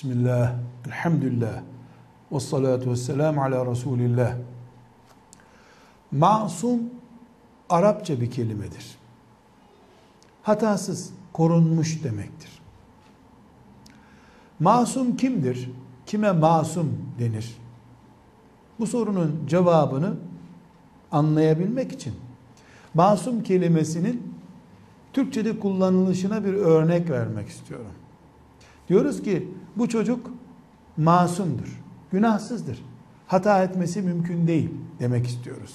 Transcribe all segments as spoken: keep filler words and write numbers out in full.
Bismillah, elhamdülillah, ve salatu ve selamu ala Resulillah. Masum, Arapça bir kelimedir. Hatasız, korunmuş demektir. Masum kimdir? Kime masum denir? Bu sorunun cevabını anlayabilmek için masum kelimesinin Türkçe'de kullanılışına bir örnek vermek istiyorum. Diyoruz ki bu çocuk masumdur, günahsızdır. Hata etmesi mümkün değil demek istiyoruz.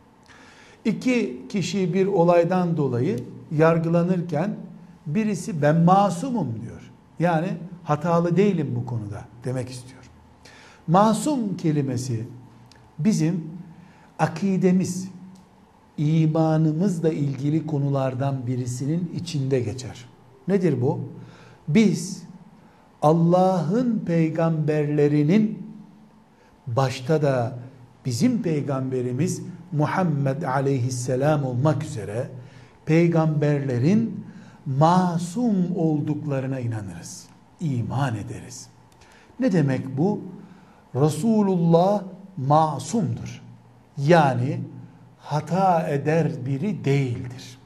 İki kişi bir olaydan dolayı yargılanırken birisi ben masumum diyor. Yani hatalı değilim bu konuda demek istiyor. Masum kelimesi bizim akidemiz, imanımızla ilgili konulardan birisinin içinde geçer. Nedir bu? Biz Allah'ın peygamberlerinin, başta da bizim peygamberimiz Muhammed aleyhisselam olmak üzere peygamberlerin masum olduklarına inanırız. İman ederiz. Ne demek bu? Resulullah masumdur. Yani hata eder biri değildir.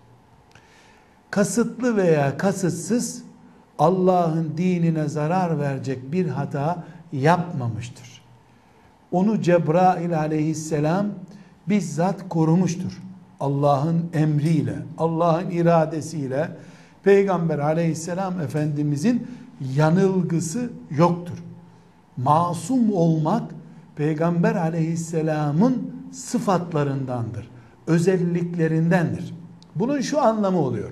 Kasıtlı veya kasıtsız Allah'ın dinine zarar verecek bir hata yapmamıştır. Onu Cebrail aleyhisselam bizzat korumuştur. Allah'ın emriyle, Allah'ın iradesiyle Peygamber aleyhisselam Efendimizin yanılgısı yoktur. Masum olmak Peygamber aleyhisselamın sıfatlarındandır, özelliklerindendir. Bunun şu anlamı oluyor.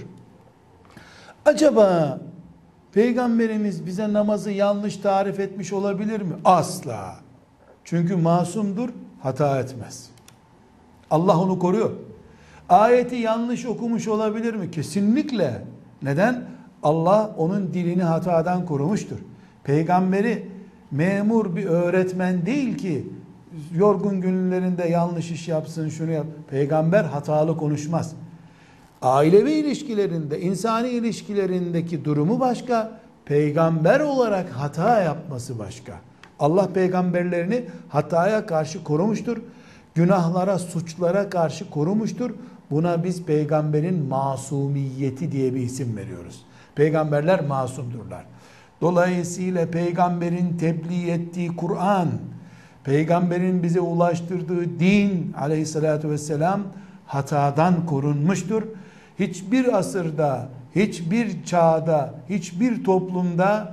Acaba Peygamberimiz bize namazı yanlış tarif etmiş olabilir mi? Asla. Çünkü masumdur, hata etmez. Allah onu koruyor. Ayeti yanlış okumuş olabilir mi? Kesinlikle. Neden? Allah onun dilini hatadan korumuştur. Peygamberi memur bir öğretmen değil ki yorgun günlerinde yanlış iş yapsın, şunu yap. Peygamber hatalı konuşmaz. Ailevi ilişkilerinde, insani ilişkilerindeki durumu başka, peygamber olarak hata yapması başka. Allah peygamberlerini hataya karşı korumuştur. Günahlara, suçlara karşı korumuştur. Buna biz peygamberin masumiyeti diye bir isim veriyoruz. Peygamberler masumdurlar. Dolayısıyla peygamberin tebliğ ettiği Kur'an, peygamberin bize ulaştırdığı din aleyhissalatü vesselam hatadan korunmuştur. Hiçbir asırda, hiçbir çağda, hiçbir toplumda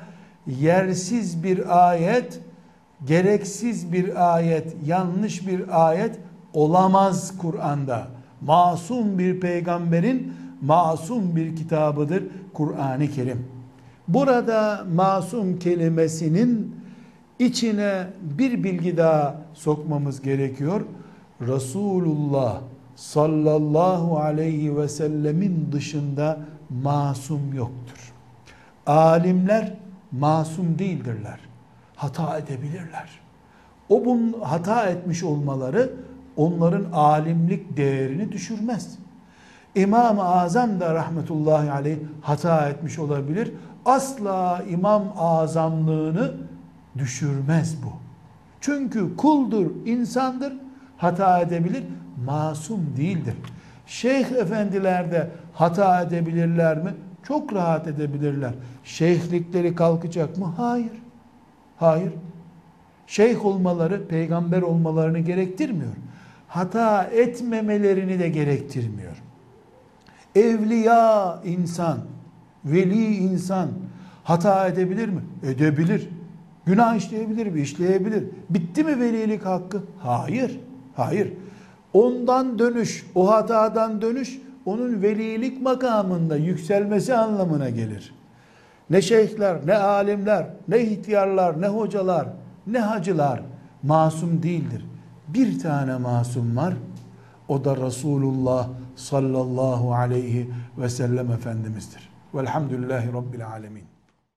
yersiz bir ayet, gereksiz bir ayet, yanlış bir ayet olamaz Kur'an'da. Masum bir peygamberin masum bir kitabıdır Kur'an-ı Kerim. Burada masum kelimesinin içine bir bilgi daha sokmamız gerekiyor. Resulullah sallallahu aleyhi ve sellemin dışında masum yoktur. Alimler masum değildirler. Hata edebilirler. O bunun hata etmiş olmaları onların alimlik değerini düşürmez. İmam-ı Azam da rahmetullahi aleyh hata etmiş olabilir. Asla İmam Azamlığını düşürmez bu. Çünkü kuldur, insandır, hata edebilir, masum değildir. Şeyh efendiler de hata edebilirler mi? Çok rahat edebilirler. Şeyhlikleri kalkacak mı? Hayır. Hayır. Şeyh olmaları peygamber olmalarını gerektirmiyor. Hata etmemelerini de gerektirmiyor. Evliya insan, veli insan hata edebilir mi? Edebilir. Günah işleyebilir mi? İşleyebilir. Bitti mi velilik hakkı? Hayır. Hayır. Ondan dönüş, o hatadan dönüş onun velilik makamında yükselmesi anlamına gelir. Ne şeyhler, ne alimler, ne ihtiyarlar, ne hocalar, ne hacılar masum değildir. Bir tane masum var. O da Resulullah sallallahu aleyhi ve sellem Efendimiz'dir. Velhamdülillahi Rabbil alemin.